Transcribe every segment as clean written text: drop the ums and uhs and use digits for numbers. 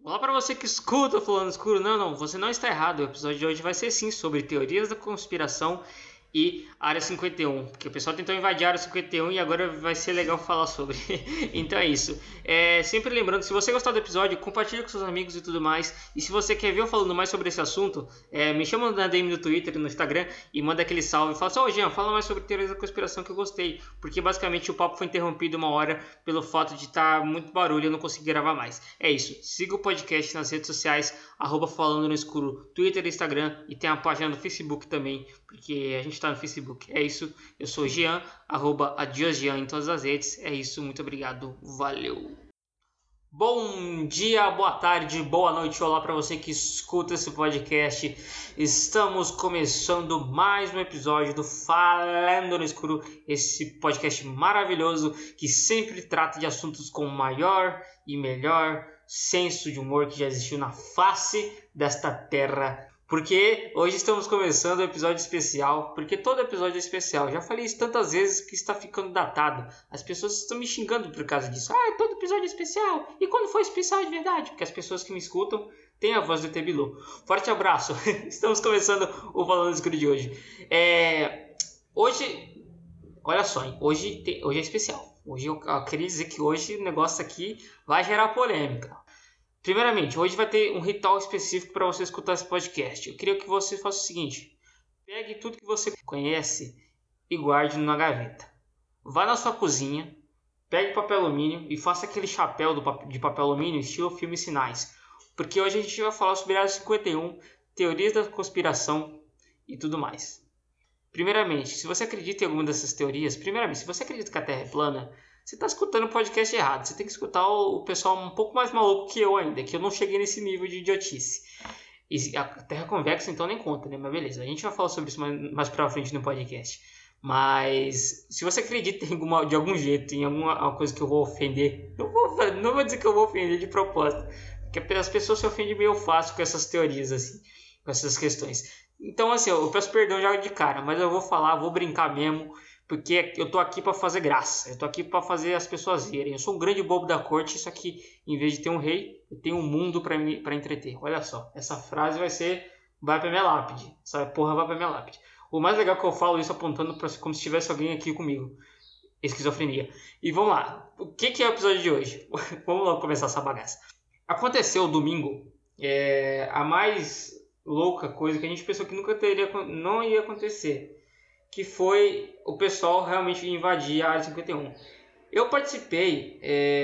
Olá para você que escuta Falando Escuro. Não, você não está errado. O episódio de hoje vai ser sim sobre teorias da conspiração e Área 51, porque o pessoal tentou invadir a Área 51 e agora vai ser legal falar sobre. Então é isso. Sempre lembrando, se você gostar do episódio, compartilhe com seus amigos e tudo mais. E se você quer ver eu falando mais sobre esse assunto, me chama na DM no Twitter e no Instagram e manda aquele salve. Fala assim, ô Jean, fala mais sobre teorias da conspiração que eu gostei. Porque basicamente o papo foi interrompido uma hora pelo fato de estar muito barulho e eu não consegui gravar mais. É isso. Siga o podcast nas redes sociais, @falando no escuro, Twitter e Instagram, e tem a página no Facebook também, porque a gente tá no Facebook. É isso, eu sou Jean, @adiosjean em todas as redes. É isso, muito obrigado, valeu. Bom dia, boa tarde, boa noite, olá para você que escuta esse podcast. Estamos começando mais um episódio do Falando no Escuro, esse podcast maravilhoso que sempre trata de assuntos com maior e melhor senso de humor que já existiu na face desta terra. Porque hoje estamos começando um episódio especial, porque todo episódio é especial. Já falei isso tantas vezes que está ficando datado. As pessoas estão me xingando por causa disso. Todo episódio é especial. E quando foi especial de verdade? Porque as pessoas que me escutam têm a voz do Tebilu. Forte abraço. Estamos começando o Falando Escuro de hoje. Hoje, olha só, hein? Hoje é especial. Hoje eu queria dizer que hoje o negócio aqui vai gerar polêmica. Primeiramente, hoje vai ter um ritual específico para você escutar esse podcast. Eu queria que você faça o seguinte: pegue tudo que você conhece e guarde na gaveta. Vá na sua cozinha, pegue papel alumínio e faça aquele chapéu de papel alumínio estilo filme Sinais. Porque hoje a gente vai falar sobre a Área 51, teorias da conspiração e tudo mais. Primeiramente, se você acredita em alguma dessas teorias, se você acredita que a Terra é plana, você está escutando o podcast errado. Você tem que escutar o pessoal um pouco mais maluco que eu ainda, que eu não cheguei nesse nível de idiotice. E a Terra é convexa, então nem conta, né? Mas beleza, a gente vai falar sobre isso mais pra frente no podcast. Mas se você acredita de algum jeito em alguma coisa que eu vou ofender, não vou dizer que eu vou ofender de propósito, porque as pessoas se ofendem meio fácil com essas teorias, assim, com essas questões. Então, assim, eu peço perdão já de cara, mas eu vou falar, vou brincar mesmo, porque eu tô aqui para fazer graça, eu tô aqui para fazer as pessoas verem. Eu sou um grande bobo da corte, isso aqui, em vez de ter um rei, eu tenho um mundo para entreter. Olha só, essa frase vai pra minha lápide, essa porra vai pra minha lápide. O mais legal é que eu falo isso apontando para como se tivesse alguém aqui comigo. Esquizofrenia. E vamos lá, o que é o episódio de hoje? Vamos lá começar essa bagaça. Aconteceu domingo, a mais louca coisa que a gente pensou que não ia acontecer, que foi o pessoal realmente invadir a Área 51. Eu participei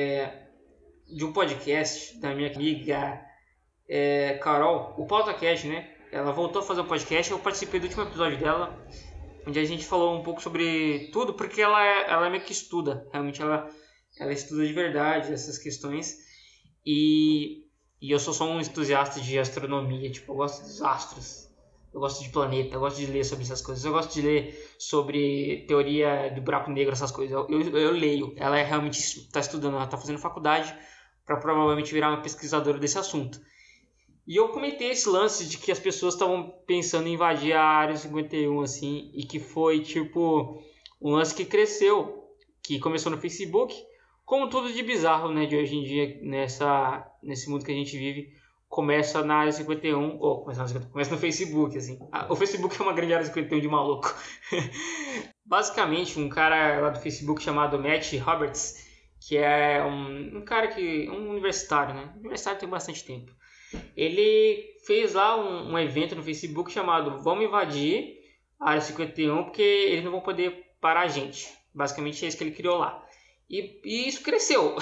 de um podcast da minha amiga Carol, o PautaCast, né? Ela voltou a fazer um podcast, eu participei do último episódio dela, onde a gente falou um pouco sobre tudo, porque ela meio que estuda, realmente ela estuda de verdade essas questões, e eu sou só um entusiasta de astronomia, tipo, eu gosto dos astros, eu gosto de planeta, eu gosto de ler sobre essas coisas, eu gosto de ler sobre teoria do buraco negro, essas coisas, eu leio. Ela realmente está estudando, ela está fazendo faculdade para provavelmente virar uma pesquisadora desse assunto. E eu comentei esse lance de que as pessoas estavam pensando em invadir a Área 51, assim, e que foi, tipo, um lance que cresceu, que começou no Facebook, como tudo de bizarro, né, de hoje em dia, nesse mundo que a gente vive, começa na Área 51, ou começa no Facebook, assim. O Facebook é uma grande Área 51 de maluco. Basicamente, um cara lá do Facebook chamado Matt Roberts, que é um cara um universitário, né? Universitário tem bastante tempo. Ele fez lá um evento no Facebook chamado Vamos Invadir a Área 51 porque eles não vão poder parar a gente. Basicamente é isso que ele criou lá. E isso cresceu.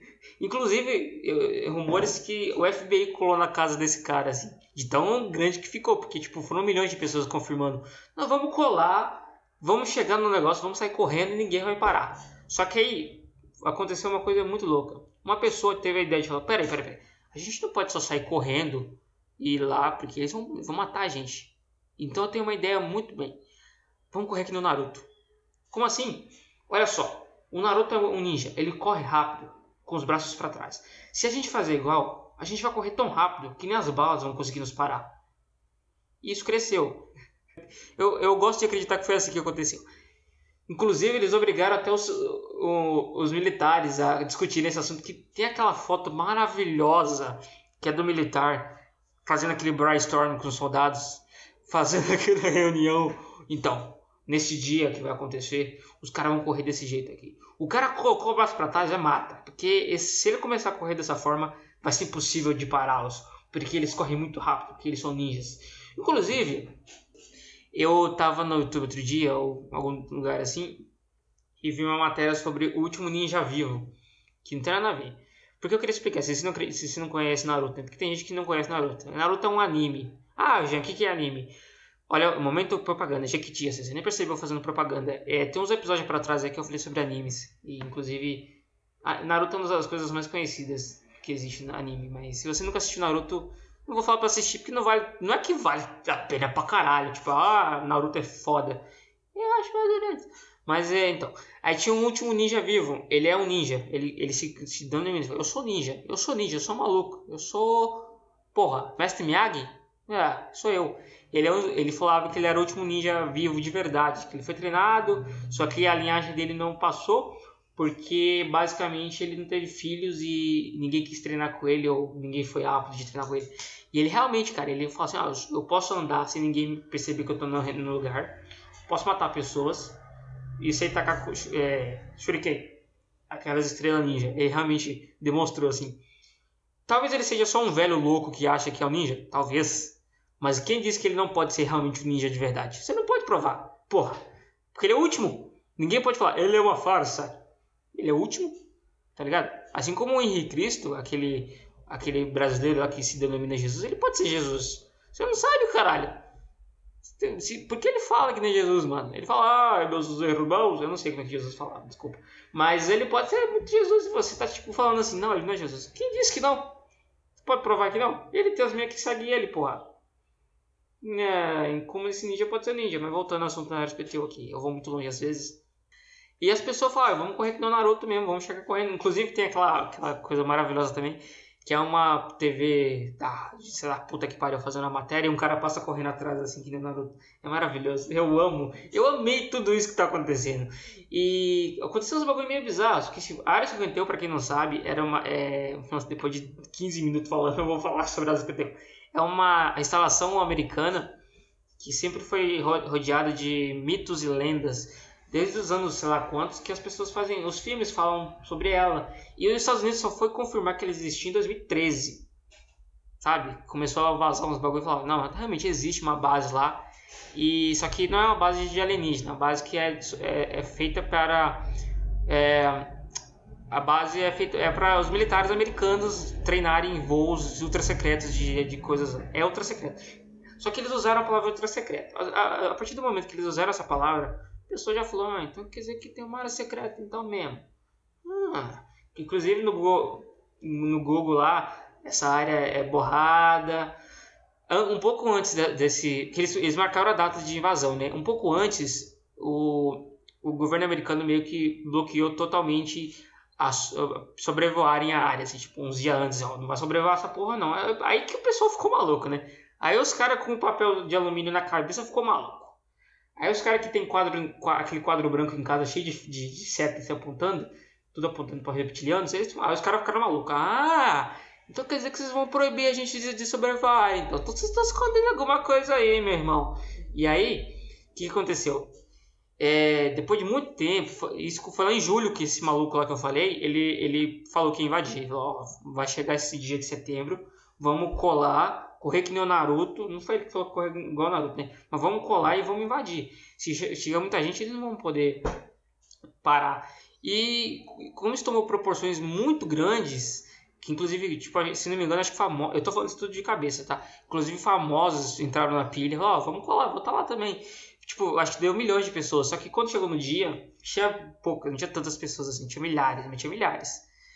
Inclusive, rumores que o FBI colou na casa desse cara, assim, de tão grande que ficou, porque tipo, foram milhões de pessoas confirmando: nós vamos colar, vamos chegar no negócio, vamos sair correndo e ninguém vai parar. Só que aí aconteceu uma coisa muito louca. Uma pessoa teve a ideia de falar: peraí, a gente não pode só sair correndo e ir lá, porque eles vão matar a gente. Então eu tenho uma ideia muito bem. Vamos correr aqui no Naruto. Como assim? Olha só, o Naruto é um ninja, ele corre rápido, com os braços para trás. Se a gente fazer igual, a gente vai correr tão rápido que nem as balas vão conseguir nos parar. E isso cresceu. Eu gosto de acreditar que foi assim que aconteceu. Inclusive, eles obrigaram até os militares a discutir esse assunto, que tem aquela foto maravilhosa que é do militar, fazendo aquele brainstorm com os soldados, fazendo aquela reunião. Então, nesse dia que vai acontecer, os caras vão correr desse jeito aqui. O cara colocou o braço pra trás, já mata. Porque se ele começar a correr dessa forma, vai ser impossível de pará-los. Porque eles correm muito rápido, porque eles são ninjas. Inclusive, eu tava no YouTube outro dia, ou em algum lugar assim, e vi uma matéria sobre o último ninja vivo. Que não tem nada a ver. Porque eu queria explicar, se você não conhece Naruto, né? Porque tem gente que não conhece Naruto. Naruto é um anime. Ah, Jean, o que é anime? Olha, momento propaganda, Jequiti, você nem percebeu fazendo propaganda. Tem uns episódios pra trás aí que eu falei sobre animes. E inclusive, Naruto é uma das coisas mais conhecidas que existe no anime. Mas se você nunca assistiu Naruto, não vou falar pra assistir porque não é que vale a pena pra caralho. Tipo, Naruto é foda. Eu acho mais ou menos. Mas então. Aí tinha um último ninja vivo. Ele é um ninja. Ele se denomina. Eu sou ninja. Eu sou maluco. Eu sou. Porra, Mestre Miyagi? Sou eu. Ele falava que ele era o último ninja vivo de verdade. Que ele foi treinado, só que a linhagem dele não passou. Porque basicamente ele não teve filhos e ninguém quis treinar com ele, ou ninguém foi apto de treinar com ele. E ele realmente, cara, ele fala assim: eu posso andar sem ninguém perceber que eu tô no lugar. Posso matar pessoas e sei tacar shuriken, aquelas estrelas ninja. Ele realmente demonstrou assim. Talvez ele seja só um velho louco que acha que é um ninja, talvez. Mas quem disse que ele não pode ser realmente um ninja de verdade? Você não pode provar, porra. Porque ele é o último. Ninguém pode falar, ele é uma farsa. Ele é o último, tá ligado? Assim como o Henrique Cristo, aquele brasileiro lá que se denomina Jesus, ele pode ser Jesus. Você não sabe, caralho. Por que ele fala que nem Jesus, mano? Ele fala, meus irmãos, eu não sei como é que Jesus falava, desculpa. Mas ele pode ser muito Jesus e você tá tipo falando assim, não, ele não é Jesus. Quem disse que não? Você pode provar que não? Ele tem os meus que seguem ele, porra. Como esse ninja pode ser ninja, mas voltando ao assunto da RSPTU aqui, eu vou muito longe às vezes. E as pessoas falam, vamos correr que nem o Naruto mesmo, vamos chegar correndo. Inclusive tem aquela coisa maravilhosa também, que é uma TV, sei lá, puta que pariu, fazendo a matéria e um cara passa correndo atrás assim, que nem o Naruto. É maravilhoso, eu amei tudo isso que tá acontecendo. E aconteceu uns bagulho meio bizarros, que a Área 51, pra quem não sabe, era nossa, depois de 15 minutos falando, eu vou falar sobre a Área 51. É uma instalação americana que sempre foi rodeada de mitos e lendas. Desde os anos, sei lá quantos, que as pessoas fazem, os filmes falam sobre ela. E os Estados Unidos só foi confirmar que ela existia em 2013. Sabe? Começou a vazar uns bagulho e falar, não, realmente existe uma base lá. E só que não é uma base de alienígena, é uma base que é feita para... a base é feita para os militares americanos treinarem voos ultra secretos de coisas... É ultra secreto. Só que eles usaram a palavra ultra secreto. A partir do momento que eles usaram essa palavra... A pessoa já falou, então quer dizer que tem uma área secreta então mesmo. Inclusive no Google lá, essa área é borrada. Um pouco antes desse... que eles marcaram a data de invasão, né? Um pouco antes, o governo americano meio que bloqueou totalmente sobrevoarem a área. Assim, tipo, uns dias antes, não vai sobrevoar essa porra não. Aí que o pessoal ficou maluco, né? Aí os caras com papel de alumínio na cabeça ficou maluco. Aí os caras que tem aquele quadro branco em casa cheio de seta se apontando, tudo apontando para reptilianos, aí os caras ficaram malucos. Então quer dizer que vocês vão proibir a gente de sobrevoar. Então vocês estão escondendo alguma coisa aí, meu irmão. E aí, o que aconteceu? Depois de muito tempo, isso foi lá em julho que esse maluco lá que eu falei, ele falou que ia invadir. Falou, vai chegar esse dia de setembro, vamos colar... Correr que nem o Naruto, não foi ele que falou correr igual o Naruto, né? Mas vamos colar e vamos invadir. Se chegar muita gente, eles não vão poder parar. E como isso tomou proporções muito grandes, que inclusive, tipo, se não me engano, acho que famosos. Eu tô falando isso tudo de cabeça, tá? Inclusive famosos entraram na pilha, vamos colar, vou estar lá também. Tipo, acho que deu milhões de pessoas. Só que quando chegou no dia, tinha poucas, não tinha tantas pessoas assim, tinha milhares, mas tinha milhares.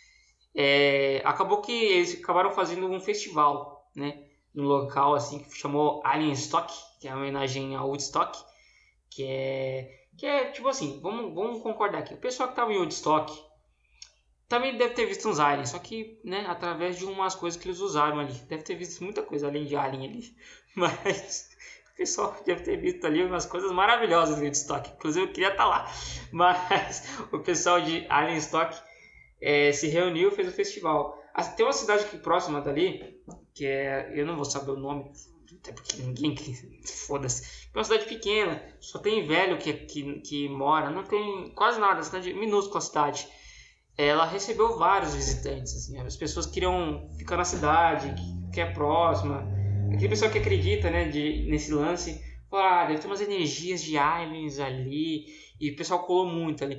Acabou que eles acabaram fazendo um festival, né? No local assim que chamou Alien Stock, que é uma homenagem ao Woodstock, que é tipo assim, vamos concordar aqui, o pessoal que estava em Woodstock também deve ter visto uns aliens, só que, né, através de umas coisas que eles usaram ali, deve ter visto muita coisa além de alien ali, mas o pessoal deve ter visto ali umas coisas maravilhosas em Woodstock, inclusive eu queria estar lá, mas o pessoal de Alien Stock se reuniu, fez o festival. Tem uma cidade aqui próxima dali, que é... Eu não vou saber o nome, até porque ninguém que... Foda-se. É uma cidade pequena, só tem velho que mora, não tem quase nada, cidade minúscula cidade. Ela recebeu vários visitantes, assim, as pessoas queriam ficar na cidade, que é próxima. Aquele pessoal que acredita, né, nesse lance, fala, deve ter umas energias de aliens ali, e o pessoal colou muito ali.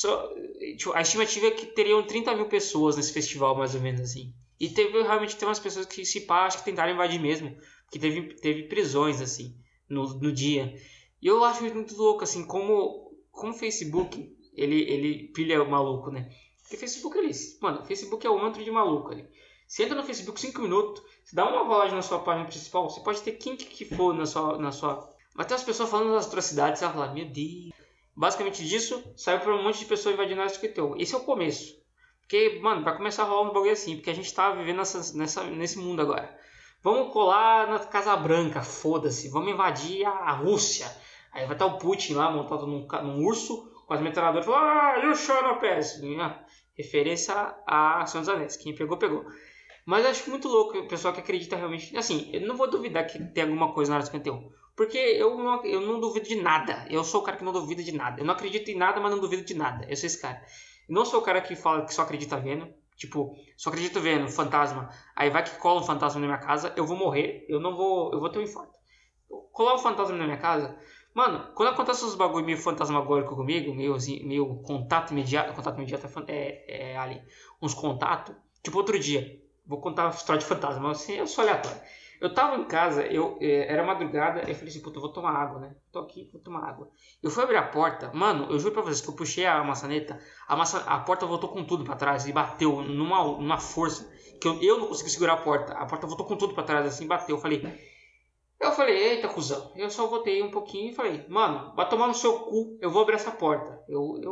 Tipo, a estimativa é que teriam 30 mil pessoas nesse festival, mais ou menos assim. E realmente tem umas pessoas que se pá, acho que tentaram invadir mesmo, que teve prisões, assim, no dia. E eu acho muito louco, assim, como o Facebook, ele pilha o maluco, né? Porque Facebook é isso. Mano, Facebook é o antro de maluco ali. Você entra no Facebook 5 minutos, você dá uma rolagem na sua página principal, você pode ter quem que for na sua... Vai ter as pessoas falando das atrocidades, você vai falar, meu Deus. Basicamente disso, saiu pra um monte de pessoas invadindo a área 51. Esse é o começo. Porque, mano, vai começar a rolar um bagulho assim, porque a gente tá vivendo nesse mundo agora. Vamos colar na Casa Branca, foda-se. Vamos invadir a Rússia. Aí vai estar o Putin lá montado num urso, com as metralhadoras, falando, you shut up, ass. Referência a Senhor dos Anéis. Quem pegou, pegou. Mas eu acho muito louco o pessoal que acredita realmente. Assim, eu não vou duvidar que tem alguma coisa na área 51. Porque eu não duvido de nada. Eu sou o cara que não duvida de nada. Eu não acredito em nada, mas não duvido de nada. Eu sou esse cara. Eu não sou o cara que fala que só acredita vendo. Tipo, só acredito vendo fantasma. Aí vai que cola um fantasma na minha casa, eu vou morrer. Eu vou ter um infarto. Colar um fantasma na minha casa. Mano, quando acontece uns bagulho meio fantasmagórico comigo, meio contato imediato é ali, uns contatos. Tipo, outro dia, vou contar uma história de fantasma, mas assim, eu sou aleatório. Eu tava em casa, era madrugada, eu falei assim, puta, eu vou tomar água, né? Tô aqui, vou tomar água. Eu fui abrir a porta, mano, eu juro pra vocês que eu puxei a maçaneta, a porta voltou com tudo pra trás e bateu numa força que eu não consegui segurar a porta voltou com tudo pra trás assim, bateu. Eu falei, eita, cuzão. Eu só voltei um pouquinho e falei, mano, vai tomar no seu cu, eu vou abrir essa porta.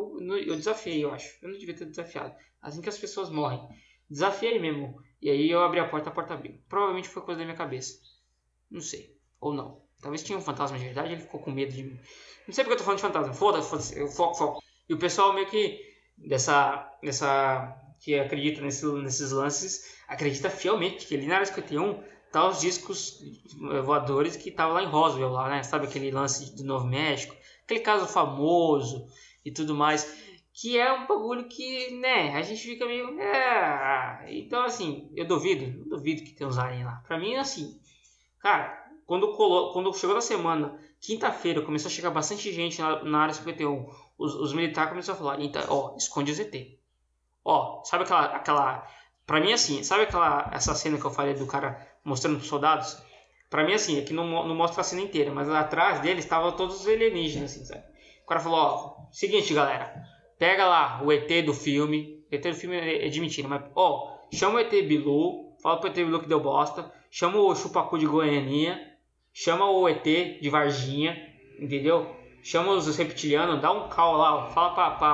Eu desafiei, eu acho. Eu não devia ter desafiado. Assim que as pessoas morrem. Desafiei mesmo. E aí eu abri a porta abriu. Provavelmente foi coisa da minha cabeça. Não sei. Ou não. Talvez tinha um fantasma de verdade, ele ficou com medo de mim. Não sei porque eu tô falando de fantasma. Foda-se, eu foco. E o pessoal meio que que acredita nesses lances, acredita fielmente que ali na área 51 tá os discos voadores que estavam lá em Roswell, lá, né? Sabe aquele lance do Novo México? Aquele caso famoso e tudo mais. Que é um bagulho que, né, a gente fica meio... Então, assim, eu não duvido que tem uns aliens lá. Pra mim, assim, cara, quando chegou na semana, quinta-feira, começou a chegar bastante gente na área 51, os militares começaram a falar, então, ó, esconde o ZT. Ó, sabe aquela... Pra mim, assim, sabe essa cena que eu falei do cara mostrando pros soldados? Pra mim, assim, aqui não mostra a cena inteira, mas lá atrás deles estavam todos os alienígenas, assim, sabe? O cara falou, ó, seguinte, galera, pega lá o ET do filme, o ET do filme é de mentira, mas, ó, chama o ET Bilu, fala pro ET Bilu que deu bosta, chama o Chupacu de Goianinha, chama o ET de Varginha, entendeu? Chama os reptilianos, dá um call lá, fala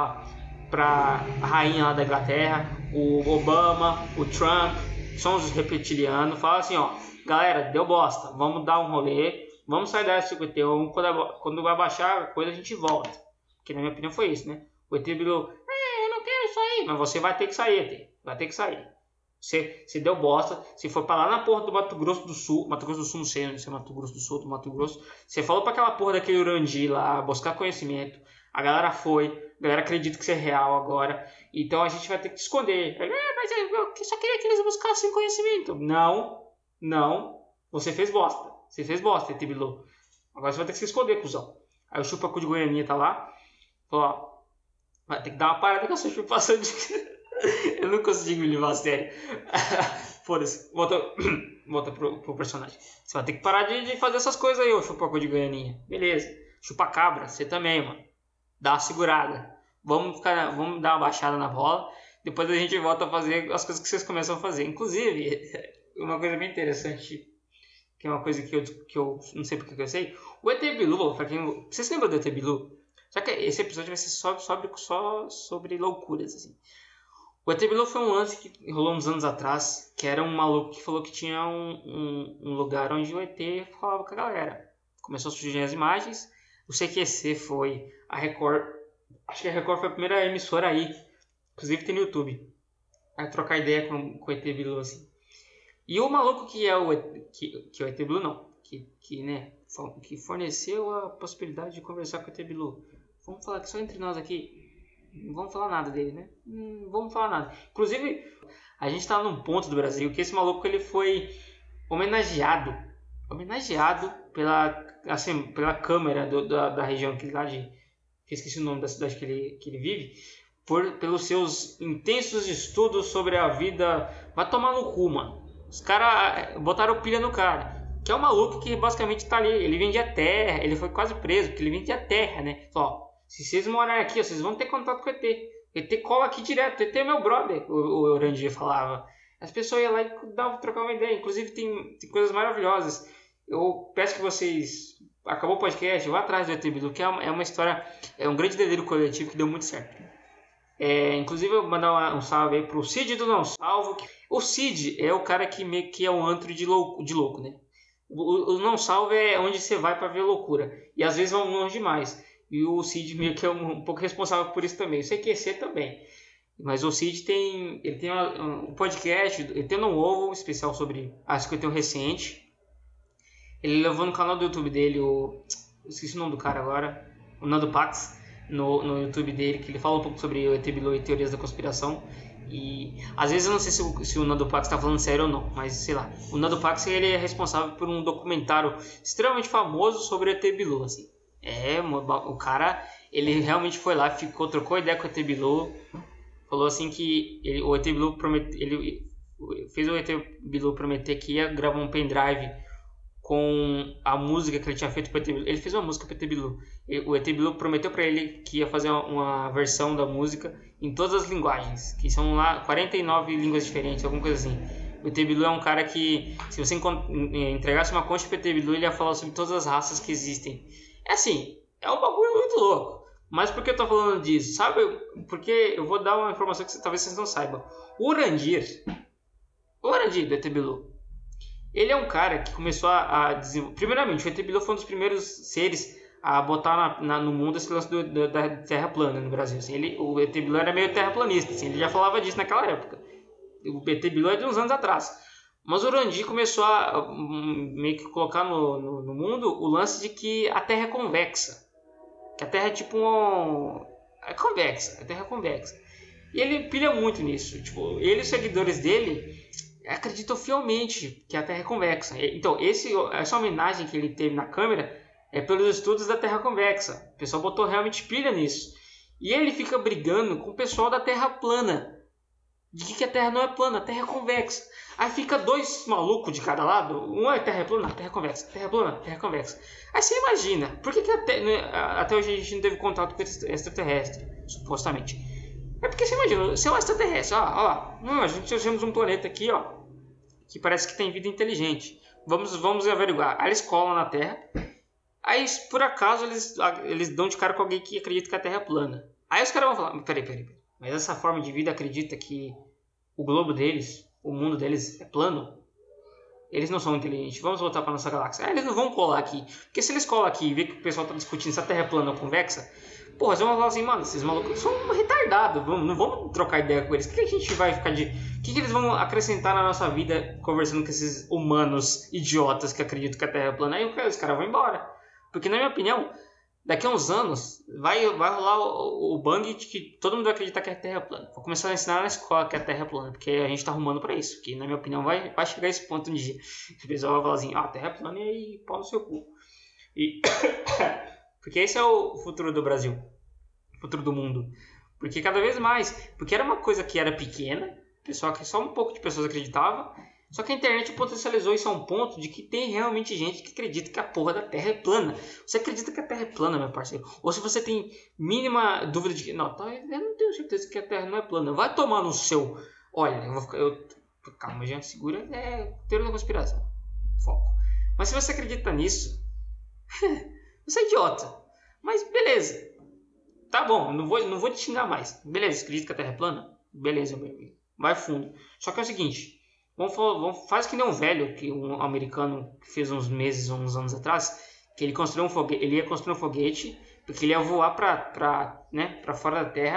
pra rainha lá da Inglaterra, o Obama, o Trump, são os reptilianos, fala assim, ó, galera, deu bosta, vamos dar um rolê, vamos sair da 51, quando vai baixar a coisa a gente volta. Que na minha opinião foi isso, né? O ET virou, eu não quero sair, mas você vai ter que sair, ET, vai ter que sair. Você deu bosta, se for pra lá na porra do Mato Grosso do Sul, não sei se é Mato Grosso do Sul ou do Mato Grosso, você falou pra aquela porra daquele Urandi lá, buscar conhecimento, a galera foi, a galera acredita que isso é real agora, então a gente vai ter que te esconder. Mas eu só queria que eles buscassem conhecimento. Não, você fez bosta, ET Bilu. Agora você vai ter que se esconder, cuzão. Aí o Chupacu de Goianinha tá lá, falou, ó, vai ter que dar uma parada com essa chupação de... Eu não consigo me levar a sério. Foda-se. Volta pro personagem. Você vai ter que parar de fazer essas coisas aí, ô chupacu de Goianinha. Beleza. Chupa-cabra, você também, mano. Dá uma segurada. Vamos dar uma baixada na bola. Depois a gente volta a fazer as coisas que vocês começam a fazer. Inclusive, uma coisa bem interessante, que é uma coisa que eu não sei porque que eu sei. O ET Bilu, pra quem... Vocês lembram do ET Bilu? Só que esse episódio vai ser só sobre loucuras, assim. O ET Bilu foi um lance que rolou uns anos atrás, que era um maluco que falou que tinha um lugar onde o ET falava com a galera. Começou a surgir as imagens, o CQC foi, a Record, acho que a Record foi a primeira emissora aí, inclusive tem no YouTube. a trocar ideia com o ET Bilu, assim. E o maluco que é o ET Bilu, não, que forneceu a possibilidade de conversar com o ET Bilu. Vamos falar que só entre nós aqui, não vamos falar nada dele, né? Não vamos falar nada. Inclusive, a gente tá num ponto do Brasil que esse maluco ele foi homenageado pela Câmara da região que lá de... que esqueci o nome da cidade que ele vive, pelos seus intensos estudos sobre a vida. Vai tomar no cu, mano. Os caras botaram pilha no cara. Que é um maluco que basicamente tá ali. Ele vendia terra. Ele foi quase preso porque ele vendia terra, né? Ó, se vocês morarem aqui, ó, vocês vão ter contato com o ET. O ET cola aqui direto. O ET é meu brother, o Orandir falava. As pessoas iam lá e trocar uma ideia. Inclusive tem coisas maravilhosas. Eu peço que vocês... Acabou o podcast, vá atrás do ET Bilu, que é uma história... É um grande delírio coletivo que deu muito certo. Inclusive eu vou mandar um salve aí pro Cid do Não Salvo. O Cid é o cara que meio que é um antro de louco, né? O Não Salvo é onde você vai pra ver loucura. E às vezes vão longe demais. E o Cid meio que é um pouco responsável por isso também. O CQC também. Mas o Cid tem um podcast, ele tem um ovo especial sobre a 51 recente. Ele levou no canal do YouTube dele, eu esqueci o nome do cara agora, o Nando Pax, no YouTube dele, que ele fala um pouco sobre o ET Bilu e teorias da conspiração. E às vezes eu não sei se o Nando Pax está falando sério ou não, mas sei lá. O Nando Pax ele é responsável por um documentário extremamente famoso sobre o ET Bilu, assim. O cara, ele realmente foi lá, trocou ideia com o ET Bilu, falou assim que o ET Bilu ele fez o ET Bilu prometer que ia gravar um pendrive com a música que ele tinha feito para o ET Bilu. Ele fez uma música para o ET Bilu. O ET Bilu prometeu para ele que ia fazer uma versão da música em todas as linguagens, que são lá 49 línguas diferentes, alguma coisa assim. O ET Bilu é um cara que, se você entregasse uma concha para o ET Bilu, ele ia falar sobre todas as raças que existem. É assim, é um bagulho muito louco. Mas por que eu tô falando disso? Sabe? Porque eu vou dar uma informação que talvez vocês não saibam. O Orandir do ET Bilu, ele é um cara que começou a desenvolver... Primeiramente, o ET Bilu foi um dos primeiros seres a botar no mundo esse lance da Terra plana no Brasil. Assim, o ET Bilu era meio terraplanista, assim, ele já falava disso naquela época. O ET Bilu é de uns anos atrás. Mas o Orandir começou a meio que colocar no mundo o lance de que a Terra é convexa. Que a Terra é tipo é convexa, a Terra é convexa. E ele pilha muito nisso. Tipo, ele e os seguidores dele acreditam fielmente que a Terra é convexa. Então, essa homenagem que ele teve na câmera é pelos estudos da Terra convexa. O pessoal botou realmente pilha nisso. E ele fica brigando com o pessoal da Terra plana. De que a Terra não é plana, a Terra é convexa. Aí fica dois malucos de cada lado. Um é Terra plana, Terra convexa. Terra plana, Terra convexa. Aí você imagina, por que até hoje a gente não teve contato com extraterrestre, supostamente? É porque você imagina, se é um extraterrestre, a gente temos um planeta aqui, ó, que parece que tem vida inteligente. Vamos averiguar. Aí eles colam na Terra. Aí, por acaso, eles dão de cara com alguém que acredita que a Terra é plana. Aí os caras vão falar, peraí. Mas essa forma de vida acredita que o globo deles, o mundo deles é plano? Eles não são inteligentes. Vamos voltar para nossa galáxia. Eles não vão colar aqui. Porque se eles colam aqui e ver que o pessoal está discutindo se a Terra é plana ou convexa, porra, eles vão falar assim, mano, esses malucos são retardados. Não vamos trocar ideia com eles. O que a gente vai ficar de... O que eles vão acrescentar na nossa vida conversando com esses humanos idiotas que acreditam que a Terra é plana? Aí os caras vão embora. Porque, na minha opinião, daqui a uns anos vai rolar o bang de que todo mundo vai acreditar que a Terra é plana. Vou começar a ensinar na escola que a Terra é plana, porque a gente está arrumando para isso. Que, na minha opinião, vai chegar a esse ponto um dia. O pessoal vai falar assim, a Terra é plana e aí pau no seu cu. Porque esse é o futuro do Brasil. O futuro do mundo. Porque cada vez mais... Porque era uma coisa que era pequena, pessoal que só um pouco de pessoas acreditavam. Só que a internet potencializou isso a um ponto de que tem realmente gente que acredita que a porra da Terra é plana. Você acredita que a Terra é plana, meu parceiro? Ou se você tem mínima dúvida de que... Não, eu não tenho certeza que a Terra não é plana. Vai tomar no seu... Olha, calma, gente, segura. É teoria da conspiração. Foco. Mas se você acredita nisso... você é idiota. Mas beleza. Tá bom, não vou te xingar mais. Beleza, você acredita que a Terra é plana? Beleza, meu amigo. Vai fundo. Só que é o seguinte... Faz que nem um velho, um americano que fez uns anos atrás, que ele construiu um foguete, ele ia construir um foguete, porque ele ia voar para fora da Terra,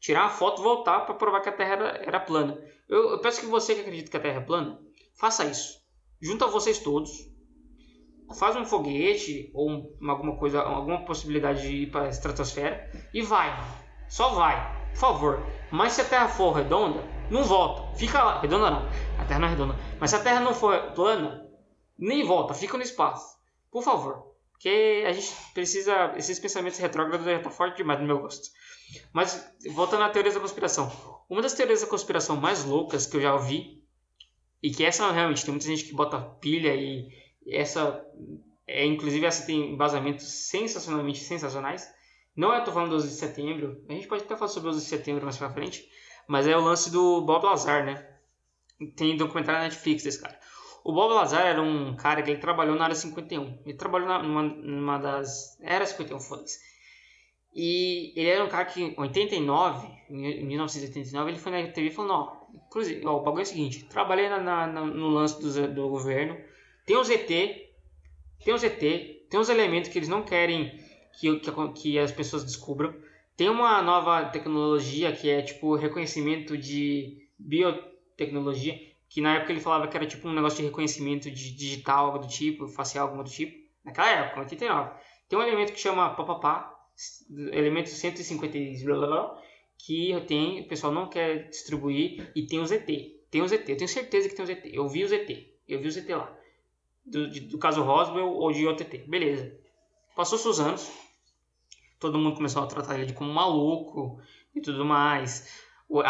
tirar uma foto e voltar para provar que a Terra era plana. Eu peço que você que acredita que a Terra é plana, faça isso. Junta vocês todos, faz um foguete ou alguma coisa, alguma possibilidade de ir para a estratosfera e vai. Só vai, por favor. Mas se a Terra for redonda, não volta. Fica lá. Redonda não. A Terra não é redonda. Mas se a Terra não for plana, nem volta. Fica no espaço. Por favor. Porque a gente precisa... Esses pensamentos retrógrados já estão fortes demais no meu gosto. Mas, voltando à teoria da conspiração. Uma das teorias da conspiração mais loucas que eu já ouvi, e que essa realmente tem muita gente que bota pilha e essa... inclusive essa tem embasamentos sensacionalmente sensacionais. Não eu tô falando do 11 de setembro. A gente pode até falar sobre o 11 de setembro mais pra frente. Mas é o lance do Bob Lazar, né? Tem documentário na Netflix desse cara. O Bob Lazar era um cara que ele trabalhou na Área 51. Ele trabalhou numa das... Era 51, foda-se. E ele era um cara que, em 89, em 1989, ele foi na TV e falou, não, inclusive, ó, o bagulho é o seguinte, trabalhei no lance do governo, tem os ET, tem uns elementos que eles não querem que as pessoas descubram, tem uma nova tecnologia que é tipo reconhecimento de biotecnologia, que na época ele falava que era tipo um negócio de reconhecimento de digital, algo do tipo, facial, algo do tipo, naquela época, 89. Tem um elemento que chama papapá, elemento 150 que o pessoal não quer distribuir, e tem os ET. Tem os ET, eu tenho certeza que tem os ET. Eu vi os ET lá. Do caso Roswell ou de outro ET. Beleza. Passou-se os anos, todo mundo começou a tratar ele como maluco e tudo mais. O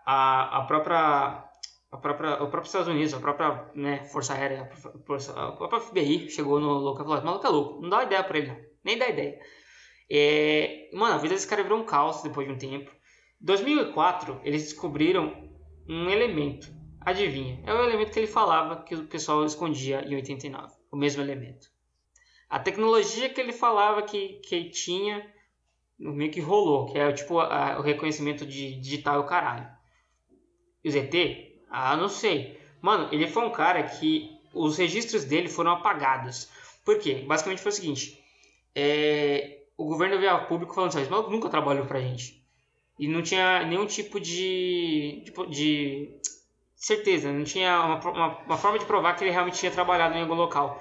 próprio Estados Unidos, a própria, né, Força Aérea, a própria FBI chegou no louco e falou: maluco é louco, não dá ideia pra ele, não. Nem dá ideia. Mano, a vida desse cara virou um caos depois de um tempo. Em 2004, eles descobriram um elemento. Adivinha? É o elemento que ele falava que o pessoal escondia em 89. O mesmo elemento. A tecnologia que ele falava que tinha, meio que rolou. Que é tipo o reconhecimento de digital e o caralho. E o ZT? Ah, não sei. Mano, ele foi um cara que os registros dele foram apagados. Por quê? Basicamente foi o seguinte. O governo veio ao público falando assim, mas nunca trabalhou pra gente. E não tinha nenhum tipo de certeza, não tinha uma forma de provar que ele realmente tinha trabalhado em algum local.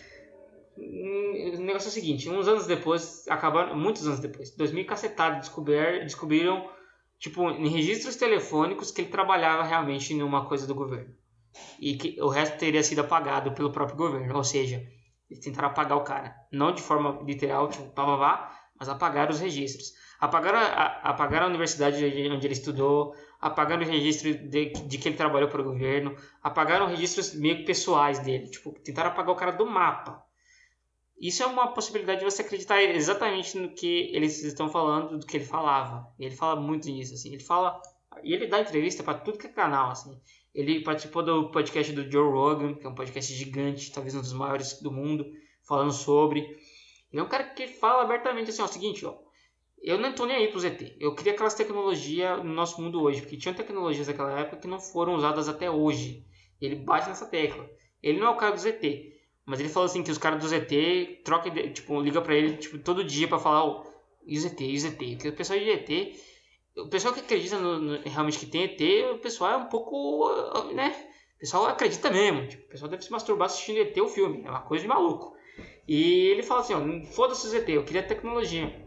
O negócio é o seguinte, muitos anos depois, 2000 cacetado, descobriram, tipo, em registros telefônicos que ele trabalhava realmente em uma coisa do governo. E que o resto teria sido apagado pelo próprio governo, ou seja, eles tentaram apagar o cara. Não de forma literal, tipo, mas apagaram os registros. Apagaram a universidade onde ele estudou, apagaram o registro de que ele trabalhou para o governo, apagaram registros meio pessoais dele. Tipo, tentaram apagar o cara do mapa. Isso é uma possibilidade de você acreditar exatamente no que eles estão falando, do que ele falava. E ele fala muito nisso, assim. E ele dá entrevista para tudo que é canal, assim. Ele participou do podcast do Joe Rogan, que é um podcast gigante, talvez um dos maiores do mundo, falando sobre. Ele é um cara que fala abertamente assim, ó, o seguinte, ó, eu não tô nem aí pro ZT. Eu queria aquelas tecnologias no nosso mundo hoje, porque tinham tecnologias daquela época que não foram usadas até hoje. Ele bate nessa tecla. Ele não é o cara do ZT, mas ele falou assim que os caras do ZT tipo, liga pra ele tipo, todo dia pra falar, ó, e o ZT? Porque o pessoal de ZT, o pessoal que acredita realmente que tem ET, o pessoal é um pouco, né? O pessoal acredita mesmo. Tipo, o pessoal deve se masturbar assistindo ET o filme. É uma coisa de maluco. E ele fala assim, ó, foda-se o ZT, eu queria tecnologia.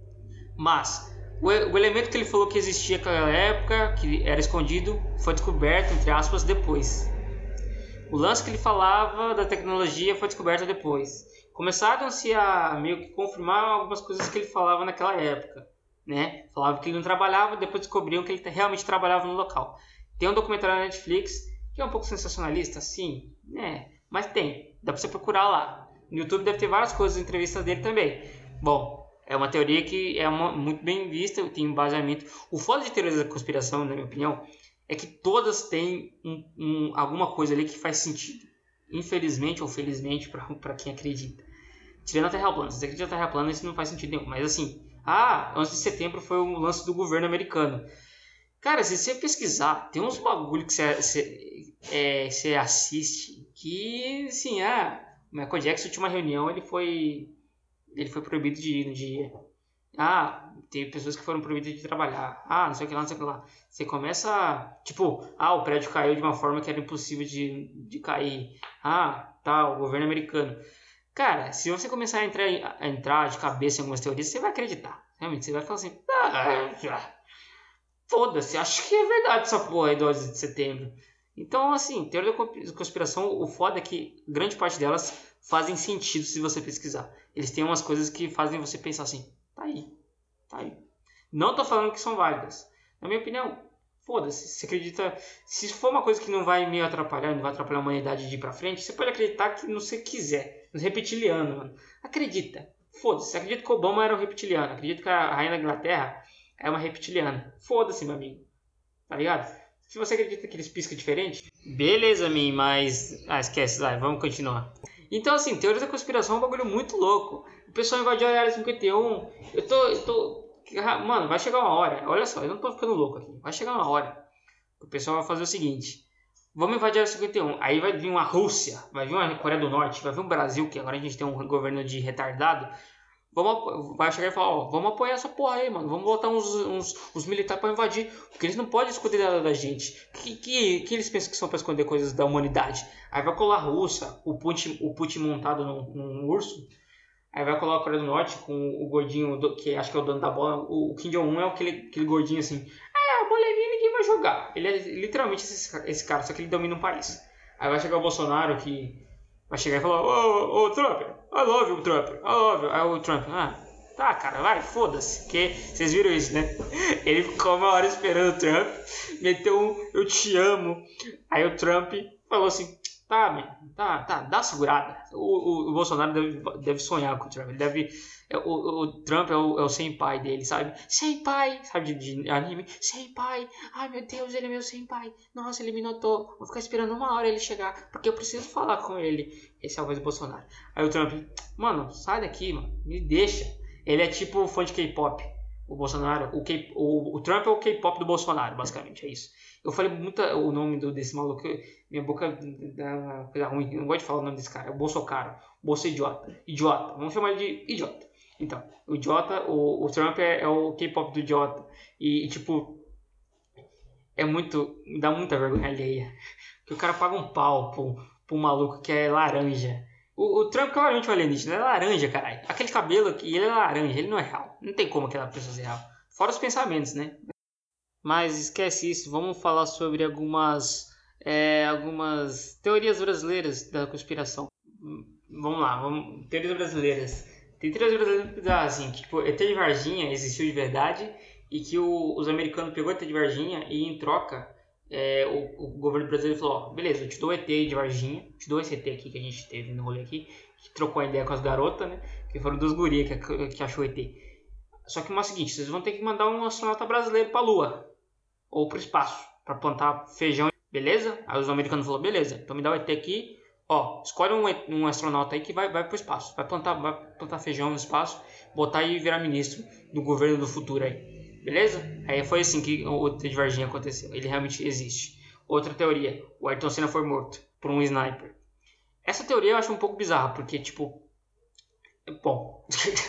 Mas o elemento que ele falou que existia naquela época, que era escondido, foi descoberto, entre aspas, depois. O lance que ele falava da tecnologia foi descoberto depois. Começaram-se a meio que confirmar algumas coisas que ele falava naquela época, né? Falava que ele não trabalhava, depois descobriam que ele realmente trabalhava no local. Tem um documentário na Netflix que é um pouco sensacionalista, sim, né? Mas tem, dá pra você procurar lá. No YouTube deve ter várias coisas, entrevistas dele também. Bom, é uma teoria que é muito bem vista, tem embasamento. O foda de teorias da conspiração, na minha opinião, é que todas têm alguma coisa ali que faz sentido. Infelizmente ou felizmente para quem acredita. Tirando a Terra plana. Se você acredita na Terra plana, isso não faz sentido nenhum. Mas assim, 11 de setembro foi um lance do governo americano. Cara, se você pesquisar, tem uns bagulho que você assiste que, assim, o Michael Jackson tinha uma reunião, ele foi proibido de ir no dia. Ah, tem pessoas que foram proibidas de trabalhar. Ah, não sei o que lá, não sei o que lá. Você começa, tipo, o prédio caiu de uma forma que era impossível de cair. Ah, tá, o governo americano. Cara, se você começar a entrar de cabeça em algumas teorias, você vai acreditar. Realmente, você vai falar assim, foda-se, acho que é verdade essa porra aí do 11 de setembro. Então, assim, teoria da conspiração, o foda é que grande parte delas fazem sentido se você pesquisar. Eles têm umas coisas que fazem você pensar assim, tá aí, tá aí. Não tô falando que são válidas. Na minha opinião, foda-se. Se acredita. Se for uma coisa que não vai me atrapalhar, não vai atrapalhar a humanidade de ir pra frente, você pode acreditar que não você quiser. Nos reptilianos, mano. Acredita. Foda-se. Acredita que Obama era um reptiliano. Acredita que a rainha da Inglaterra é uma reptiliana. Foda-se, meu amigo. Tá ligado? Se você acredita que eles piscam diferente, beleza, mim, mas. Ah, esquece, vai, vamos continuar. Então, assim, teoria da conspiração é um bagulho muito louco. O pessoal invadiu a área 51. Mano, vai chegar uma hora. Olha só, eu não tô ficando louco aqui. Vai chegar uma hora. O pessoal vai fazer o seguinte: vamos invadir a área 51. Aí vai vir uma Rússia, vai vir uma Coreia do Norte, vai vir um Brasil, que agora a gente tem um governo de retardado. Vai chegar e falar: ó, vamos apoiar essa porra aí, mano. Vamos botar uns militares pra invadir. Porque eles não podem esconder nada da gente. Que eles pensam que são pra esconder coisas da humanidade? Aí vai colar a Rússia, o Putin montado num urso. Aí vai colar a Coreia do Norte com o gordinho, que acho que é o dono da bola. O Kim Jong-un é aquele gordinho assim. A bolelinha ninguém vai jogar. Ele é literalmente esse cara, só que ele domina um país. Aí vai chegar o Bolsonaro que vai chegar e falar: ô Trump, I love you, Trump, I love you. Aí o Trump, tá, cara, vai, foda-se. Que vocês viram isso, né? Ele ficou uma hora esperando o Trump, meteu um eu te amo. Aí o Trump falou assim: tá, man, tá, dá uma segurada. O Bolsonaro deve sonhar com o Trump. Ele deve. O Trump é o senpai dele, sabe? Senpai, sabe de anime? Senpai, ai meu Deus, ele é meu senpai. Nossa, ele me notou. Vou ficar esperando uma hora ele chegar, porque eu preciso falar com ele. Esse é a voz do Bolsonaro. Aí o Trump, mano, sai daqui, mano, me deixa. Ele é tipo fã de K-pop. O Bolsonaro, o Trump é o K-pop do Bolsonaro, basicamente, é isso. Eu falei muito o nome desse maluco, minha boca dá uma coisa ruim, eu não gosto de falar o nome desse cara, é o Bolsonaro, Bolso idiota, vamos chamar ele de idiota. Então, o idiota, o Trump é o K-pop do idiota, e tipo, dá muita vergonha alheia, que o cara paga um pau pro maluco que é laranja. O Trump claramente é um alienígena, ele é laranja, caralho. Aquele cabelo aqui, ele é laranja, ele não é real. Não tem como aquela pessoa ser real. Fora os pensamentos, né? Mas esquece isso, vamos falar sobre algumas teorias brasileiras da conspiração. Vamos lá, teorias brasileiras. Tem teorias brasileiras assim, que tipo, ET de Varginha existiu de verdade e que os americanos pegou ET de Varginha e em troca o governo brasileiro falou: ó, beleza, eu te dou o ET de Varginha, te dou esse ET aqui que a gente teve no rolê aqui, que trocou a ideia com as garotas, né? Que foram duas gurias que achou o ET. Só que é o seguinte, vocês vão ter que mandar um astronauta brasileiro pra Lua ou pro espaço para plantar feijão, beleza? Aí os americanos falaram: beleza, então me dá o ET aqui, ó, escolhe um astronauta aí que vai pro espaço, vai plantar feijão no espaço, botar e virar ministro do governo do futuro aí, beleza? Aí foi assim que o ET de Varginha aconteceu, ele realmente existe. Outra teoria, o Ayrton Senna foi morto por um sniper. Essa teoria eu acho um pouco bizarra, porque tipo, bom,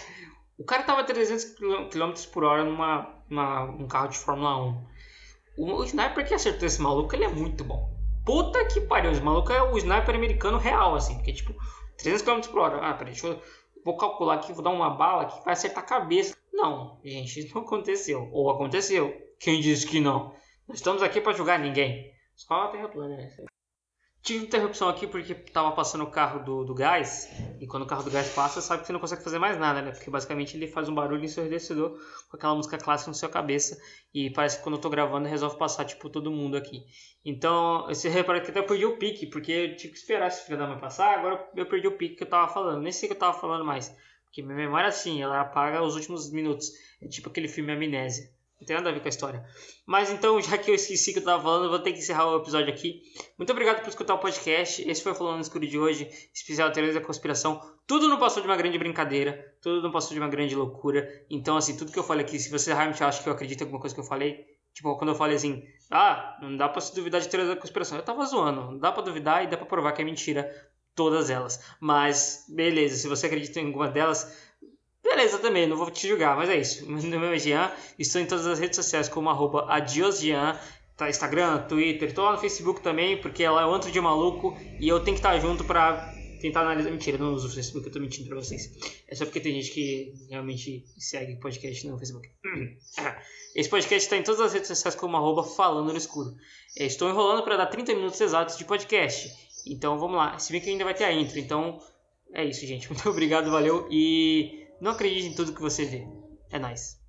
o cara tava a 300 km por hora num carro de Fórmula 1. O sniper que acertou esse maluco, ele é muito bom. Puta que pariu, esse maluco é o sniper americano real, assim. Porque, tipo, 300 km por hora. Peraí, vou calcular aqui, vou dar uma bala que vai acertar a cabeça. Não, gente, isso não aconteceu. Ou aconteceu. Quem disse que não? Nós estamos aqui pra julgar ninguém. Só a terra plana, né? Tive interrupção aqui porque tava passando o carro do gás. E quando o carro do gás passa, sabe que você não consegue fazer mais nada, né? Porque basicamente ele faz um barulho ensurdecedor com aquela música clássica na sua cabeça. E parece que quando eu tô gravando resolve passar, tipo, todo mundo aqui. Então, você repara que até eu perdi o pique, porque eu tive que esperar esse filho da mãe passar. Agora eu perdi o pique que eu tava falando. Nem sei o que eu tava falando mais. Porque minha memória, assim, ela apaga os últimos minutos. É tipo aquele filme Amnésia. Não tem nada a ver com a história. Mas então, já que eu esqueci o que eu tava falando, eu vou ter que encerrar o episódio aqui. Muito obrigado por escutar o podcast. Esse foi o Falando no Escuro de hoje. Especial Teorias da Conspiração. Tudo não passou de uma grande brincadeira. Tudo não passou de uma grande loucura. Então, assim, tudo que eu falei aqui, se você realmente acha que eu acredito em alguma coisa que eu falei, tipo, quando eu falei assim, não dá pra se duvidar de teorias da conspiração. Eu tava zoando. Não dá pra duvidar e dá pra provar que é mentira todas elas. Mas, beleza, se você acredita em alguma delas, beleza também, não vou te julgar, mas é isso. Meu nome é Jean, estou em todas as redes sociais como @adiosjean, tá, Instagram, Twitter, tô lá no Facebook também, porque ela é um antro de maluco e eu tenho que estar junto pra tentar analisar. Mentira, eu não uso o Facebook, eu tô mentindo pra vocês. É só porque tem gente que realmente segue podcast no Facebook. Esse podcast está em todas as redes sociais como @falando no escuro. Estou enrolando para dar 30 minutos exatos de podcast. Então vamos lá. Se bem que ainda vai ter a intro. Então é isso, gente. Muito obrigado, valeu. E não acredite em tudo que você vê. É nóis.